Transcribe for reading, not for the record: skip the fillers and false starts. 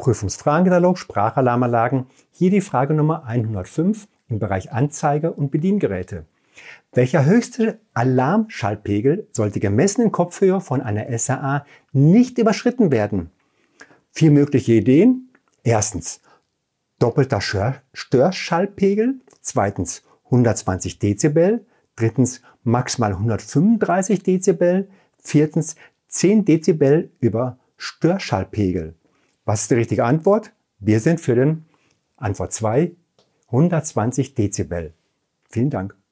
Prüfungsfragenkatalog Sprachalarmanlagen. Hier die Frage Nummer 105 im Bereich Anzeige und Bediengeräte. Welcher höchste Alarmschallpegel sollte gemessen in Kopfhöhe von einer SAA nicht überschritten werden? 4 mögliche Ideen. Erstens doppelter Störschallpegel. Zweitens 120 Dezibel. Drittens maximal 135 Dezibel. Viertens 10 Dezibel über Störschallpegel. Was ist die richtige Antwort? Wir sind für den Antwort 2, 120 Dezibel. Vielen Dank.